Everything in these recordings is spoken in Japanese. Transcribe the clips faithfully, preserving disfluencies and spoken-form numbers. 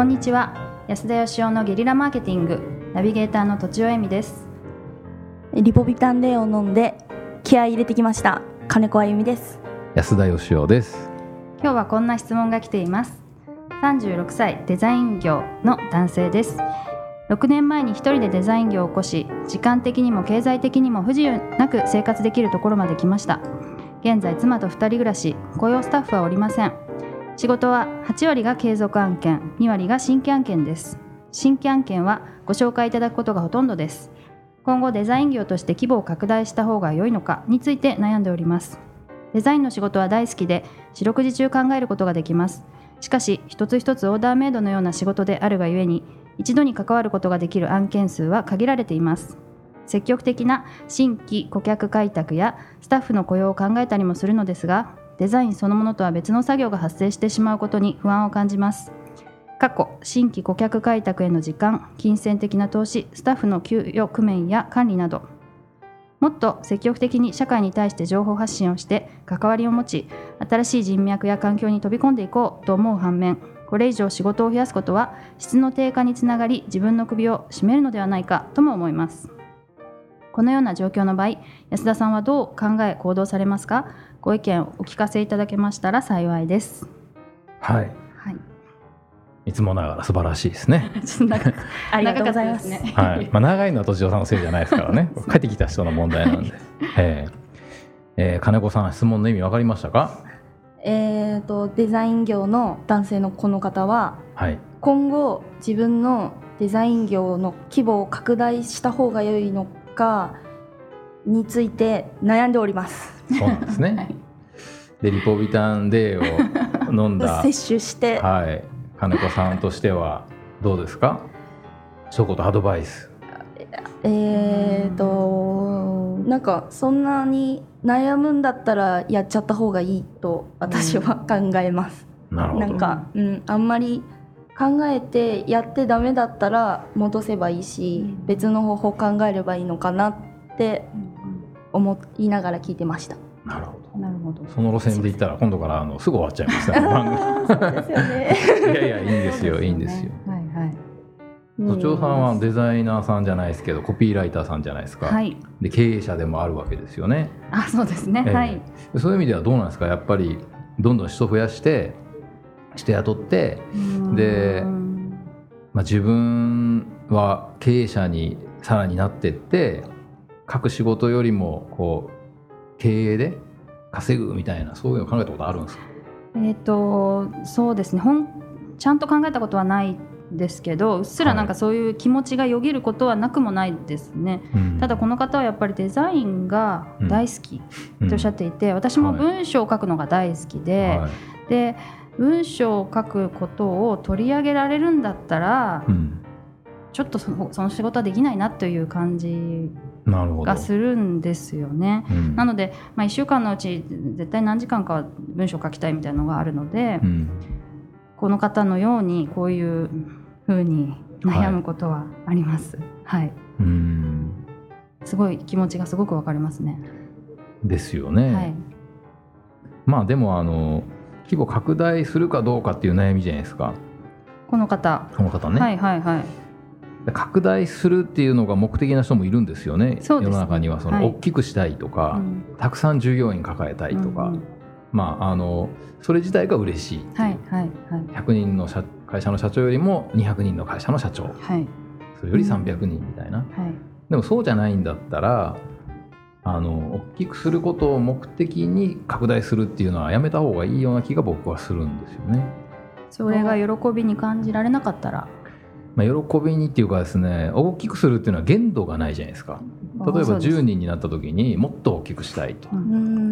こんにちは。安田義雄のゲリラマーケティングナビゲーターのとちおえみです。 リポビタン D を飲んで気合い入れてきました金子あゆみです。 安田義雄です。 今日はこんな質問が来ています。さんじゅうろくさいデザイン業の男性です。ろくねんまえに一人でデザイン業を起こし、時間的にも経済的にも不自由なく生活できるところまで来ました。現在妻と二人暮らし、雇用スタッフはおりません。仕事ははちわりが継続案件、にわりが新規案件です。新規案件はご紹介いただくことがほとんどです。今後デザイン業として規模を拡大した方が良いのかについて悩んでおります。デザインの仕事は大好きで四六時中考えることができます。しかし一つ一つオーダーメイドのような仕事であるがゆえに、一度に関わることができる案件数は限られています。積極的な新規顧客開拓やスタッフの雇用を考えたりもするのですが、デザインそのものとは別の作業が発生してしまうことに不安を感じます。過去、新規顧客開拓への時間、金銭的な投資、スタッフの給与工面や管理など、もっと積極的に社会に対して情報発信をして関わりを持ち、新しい人脈や環境に飛び込んでいこうと思う反面、これ以上仕事を増やすことは質の低下につながり、自分の首を絞めるのではないかとも思います。このような状況の場合、安田さんはどう考え行動されますか？ご意見をお聞かせいただけましたら幸いです。 はい、はい、いつもながら素晴らしいですね。 ありがとうございます。 はいまあ、長いのはとちおさんのせいじゃないですからね。帰ってきた人の問題なんで、えーえー、金子さん、質問の意味分かりましたか？ えーとデザイン業の男性のこの方は、はい、今後自分のデザイン業の規模を拡大した方が良いのかについて悩んでおります。 そうなんですね、はい、でリポビタン D を飲んだ摂取して、 はい、金子さんとしてはどうですか？一言アドバイス。 えーとなんかそんなに悩むんだったらやっちゃった方がいいと私は考えます。 なるほど。 なんか、うん、あんまり考えてやってダメだったら戻せばいいし、別の方法考えればいいのかなって思いながら聞いてました。 なるほど。 なるほど。 その路線で言ったら今度からあのすぐ終わっちゃいますね。 そうですよね。 いやいやいいんですよいいんですよ。はいはい。都庁さんはデザイナーさんじゃないですけどコピーライターさんじゃないですか、はい、で経営者でもあるわけですよね。 あ、そうですね、えーはい、 そういう意味ではどうなんですか？やっぱりどんどん人増やして人雇ってで、まあ、自分は経営者にさらになってって各仕事よりもこう経営で稼ぐみたいな、そういうのを考えたことあるんですか？ えーとそうですね、ほんちゃんと考えたことはないですけど、うっすらなんかそういう気持ちがよぎることはなくもないですね、はい、ただこの方はやっぱりデザインが大好きとおっしゃっていて、うん、私も文章を書くのが大好きで、はい、で文章を書くことを取り上げられるんだったら、うん、ちょっとその、その仕事はできないなという感じがするんですよね。な, うん、なので、まあ、いっしゅうかんのうち絶対何時間かは文章を書きたいみたいなのがあるので、うん、この方のようにこういう風に悩むことはあります、はいはい、うーんすごい気持ちがすごくわかりますね。 ですよね、はい、まあでもあの規模拡大するかどうかっていう悩みじゃないですか、 この方この方ね、 はいはいはい、 拡大するっていうのが目的な人もいるんですよね。 そうですね、 世の中にはその、はい、大きくしたいとか、うん、たくさん従業員抱えたいとか、うんうん、まああのそれ自体が嬉しい、はいはいはい、ひゃくにんの社会社の社長よりもにひゃくにんの会社の社長、はい、それよりさんびゃくにんみたいな、うんはい、でもそうじゃないんだったらあの大きくすることを目的に拡大するっていうのはやめた方がいいような気が僕はするんですよね。 それが喜びに感じられなかったら、 まあ、喜びにっていうかですね、大きくするっていうのは限度がないじゃないですか。例えばじゅうにんになった時にもっと大きくしたいと、うん、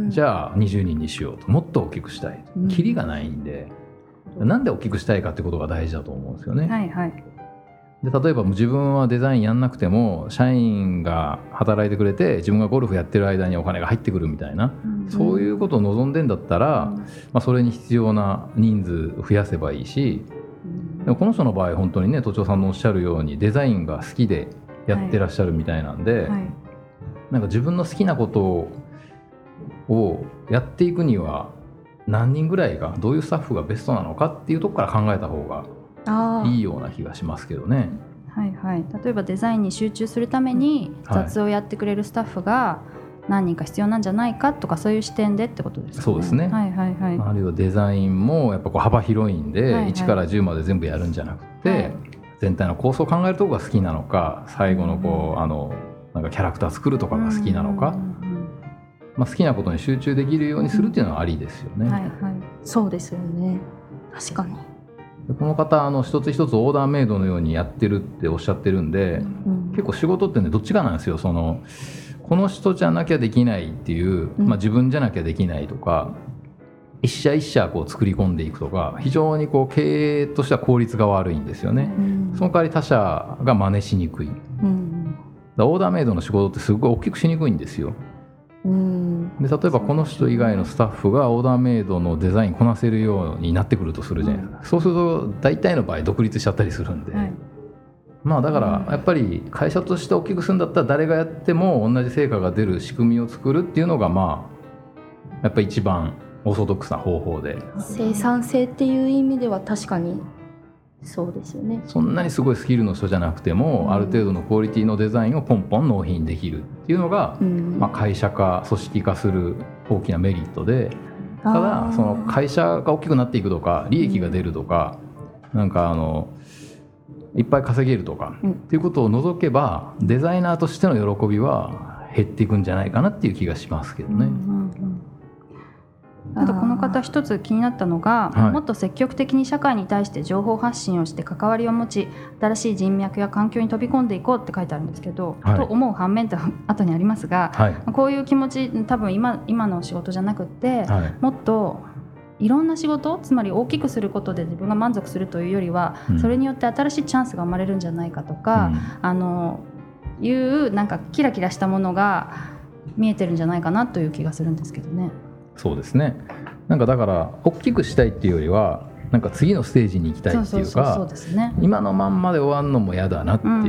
じゃあにじゅうにんにしようと、もっと大きくしたいと、うん、キリがないんで、なんで大きくしたいかってことが大事だと思うんですよね、はいはい、で例えば自分はデザインやんなくても社員が働いてくれて自分がゴルフやってる間にお金が入ってくるみたいな、うん、そういうことを望んでんだったら、うんまあ、それに必要な人数を増やせばいいし、うん、でもこの人の場合本当にね、都庁さんのおっしゃるようにデザインが好きでやってらっしゃるみたいなんで、はいはい、なんか自分の好きなことをやっていくには何人ぐらいがどういうスタッフがベストなのかっていうところから考えた方がいいような気がしますけどね。 はいはい、例えばデザインに集中するために雑をやってくれるスタッフが何人か必要なんじゃないかとか、そういう視点でってことですかね。 そうですね、 はいはいはい、 あるいはデザインもやっぱこう幅広いんで、はいはい、いちからじゅうまで全部やるんじゃなくて、はい、全体の構想を考えるところが好きなのか、最後のこう、うん、あのなんかキャラクター作るとかが好きなのか、うんうんうん、まあ、好きなことに集中できるようにするっていうのはありですよね、うんはいはい、 そうですよね。確かにこの方あの一つ一つオーダーメイドのようにやってるっておっしゃってるんで、うん、結構仕事ってねどっちかなんですよ。そのこの人じゃなきゃできないっていう、まあ、自分じゃなきゃできないとか、一社一社こう作り込んでいくとか、非常にこう経営としては効率が悪いんですよね、うん、その代わり他社が真似しにくい、うん、だオーダーメイドの仕事ってすごい大きくしにくいんですよ。うん、で例えばこの人以外のスタッフがオーダーメイドのデザインこなせるようになってくるとするじゃないですか、うん、そうすると大体の場合独立しちゃったりするんで、はい、まあだからやっぱり会社として大きくするんだったら誰がやっても同じ成果が出る仕組みを作るっていうのがまあやっぱり一番オーソドックスな方法で、 生産性っていう意味では確かにそうですよね。 そんなにすごいスキルの人じゃなくても、うん、ある程度のクオリティのデザインをポンポン納品できるっていうのが、うんまあ、会社化組織化する大きなメリットで、ただその会社が大きくなっていくとか利益が出るとか、うん、なんかあのいっぱい稼げるとか、うん、っていうことを除けばデザイナーとしての喜びは減っていくんじゃないかなっていう気がしますけどね、うんうんうんあとこの方一つ気になったのが、はい、もっと積極的に社会に対して情報発信をして関わりを持ち、新しい人脈や環境に飛び込んでいこうって書いてあるんですけど、はい、と思う反面と後にありますが、はい、こういう気持ち多分 今, 今の仕事じゃなくって、はい、もっといろんな仕事、つまり大きくすることで自分が満足するというよりは、うん、それによって新しいチャンスが生まれるんじゃないかとか、うん、あのいうなんかキラキラしたものが見えてるんじゃないかなという気がするんですけどね。 そうですね。なんかだから大きくしたいっていうよりはなんか次のステージに行きたいっていうか、今のまんまで終わるのも嫌だなっていう、うんうんうん、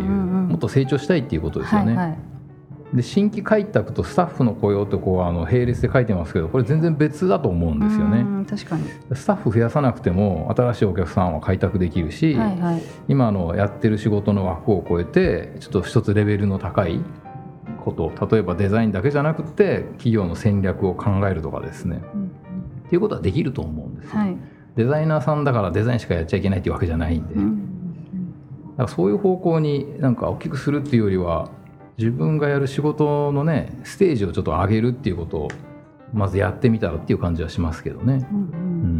もっと成長したいっていうことですよね、はいはい、で新規開拓とスタッフの雇用ってこうあの並列で書いてますけど、これ全然別だと思うんですよね。 うん確かにスタッフ増やさなくても新しいお客さんは開拓できるし、はいはい、今のやってる仕事の枠を超えてちょっと一つレベルの高いこと、例えばデザインだけじゃなくて企業の戦略を考えるとかですね、うん、っていうことはできると思うんですよ、はい、デザイナーさんだからデザインしかやっちゃいけないっていうわけじゃないんで、うん、だからそういう方向になんか大きくするっていうよりは自分がやる仕事のねステージをちょっと上げるっていうことをまずやってみたらっていう感じはしますけどね、うんうんうん、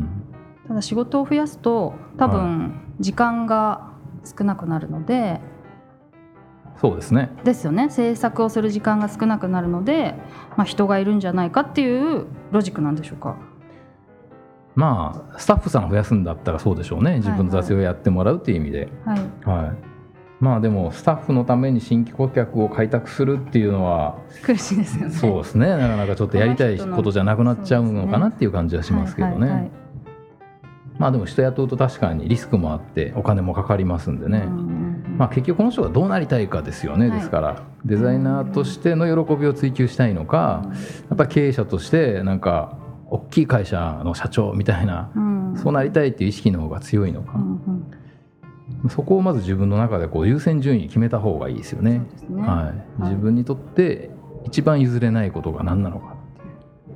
ただ仕事を増やすと多分時間が少なくなるので、はいそうですね。 ですよね。制作をする時間が少なくなるので、まあ、人がいるんじゃないかっていうロジックなんでしょうか。 まあスタッフさんを増やすんだったらそうでしょうね。自分の雑用をやってもらうっていう意味で、はいはいはい、まあでもスタッフのために新規顧客を開拓するっていうのは苦しいですよね。 そうですね。なかなかちょっとやりたいことじゃなくなっちゃうのかなっていう感じはしますけどね、はいはいはい、まあでも人雇うと確かにリスクもあってお金もかかりますんでね、うんまあ、結局この人がどうなりたいかですよね、はい、ですからデザイナーとしての喜びを追求したいのか、やっぱり経営者としてなんか大きい会社の社長みたいな、うん、そうなりたいっていう意識の方が強いのか、うんうん、そこをまず自分の中でこう優先順位決めた方がいいですよ ね, ですね、はい、自分にとって一番譲れないことが何なのかっていう。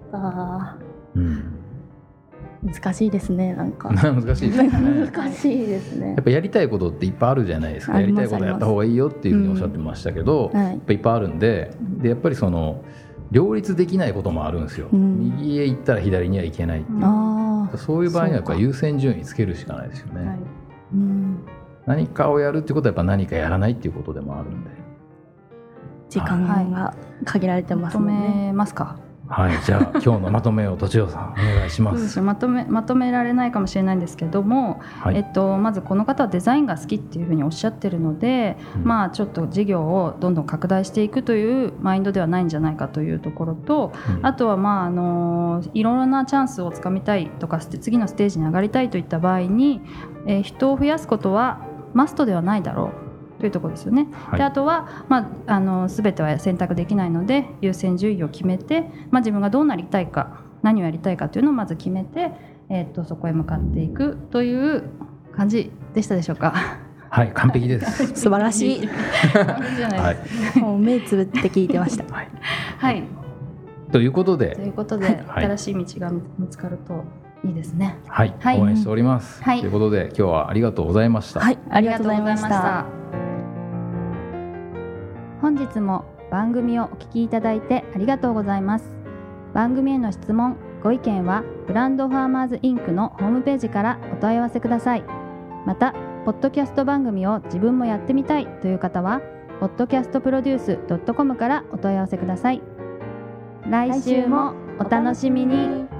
あ、うん難しいですね。なんか難しいですね。 難しいですね。 やっぱやりたいことっていっぱいあるじゃないですか。やりたいことやった方がいいよっていうふうにおっしゃってましたけど、うんはい、やっぱいっぱいあるんで、でやっぱりその両立できないこともあるんですよ、うん、右へ行ったら左には行けないっていう、あそういう場合にはやっぱ優先順位つけるしかないですよね、はいうん、何かをやるってことはやっぱ何かやらないっていうことでもあるんで、 時間が限られてますもんね。 まとめますか。 はい、じゃあ今日のまとめをとちおさんお願いします。 そうですね、まとめ、まとめられないかもしれないんですけども、はいえっと、まずこの方はデザインが好きっていうふうにおっしゃってるので、うんまあ、ちょっと事業をどんどん拡大していくというマインドではないんじゃないかというところと、うん、あとは、まあ、あのいろいろなチャンスをつかみたいとか次のステージに上がりたいといった場合に、えー、人を増やすことはマストではないだろうというところですよね、はい、であとは、まあ、あの全ては選択できないので優先順位を決めて、まあ、自分がどうなりたいか何をやりたいかというのをまず決めて、えー、とそこへ向かっていくという感じでしたでしょうか？ はい、完璧です素晴らしい完璧じゃないです、 はい、もう目つぶって聞いてましたはい、 はい、 ということでということで、はい、新しい道が見つかるといいですね。 はい、はい、応援しております、はい、ということで今日はありがとうございました。 はい、ありがとうございました。 本日も番組をお聞きいただいてありがとうございます。番組への質問ご意見はブランドファーマーズインクのホームページからお問い合わせください。またポッドキャスト番組を自分もやってみたいという方はポッドキャストプロデュースドットコムからお問い合わせください。来週もお楽しみに。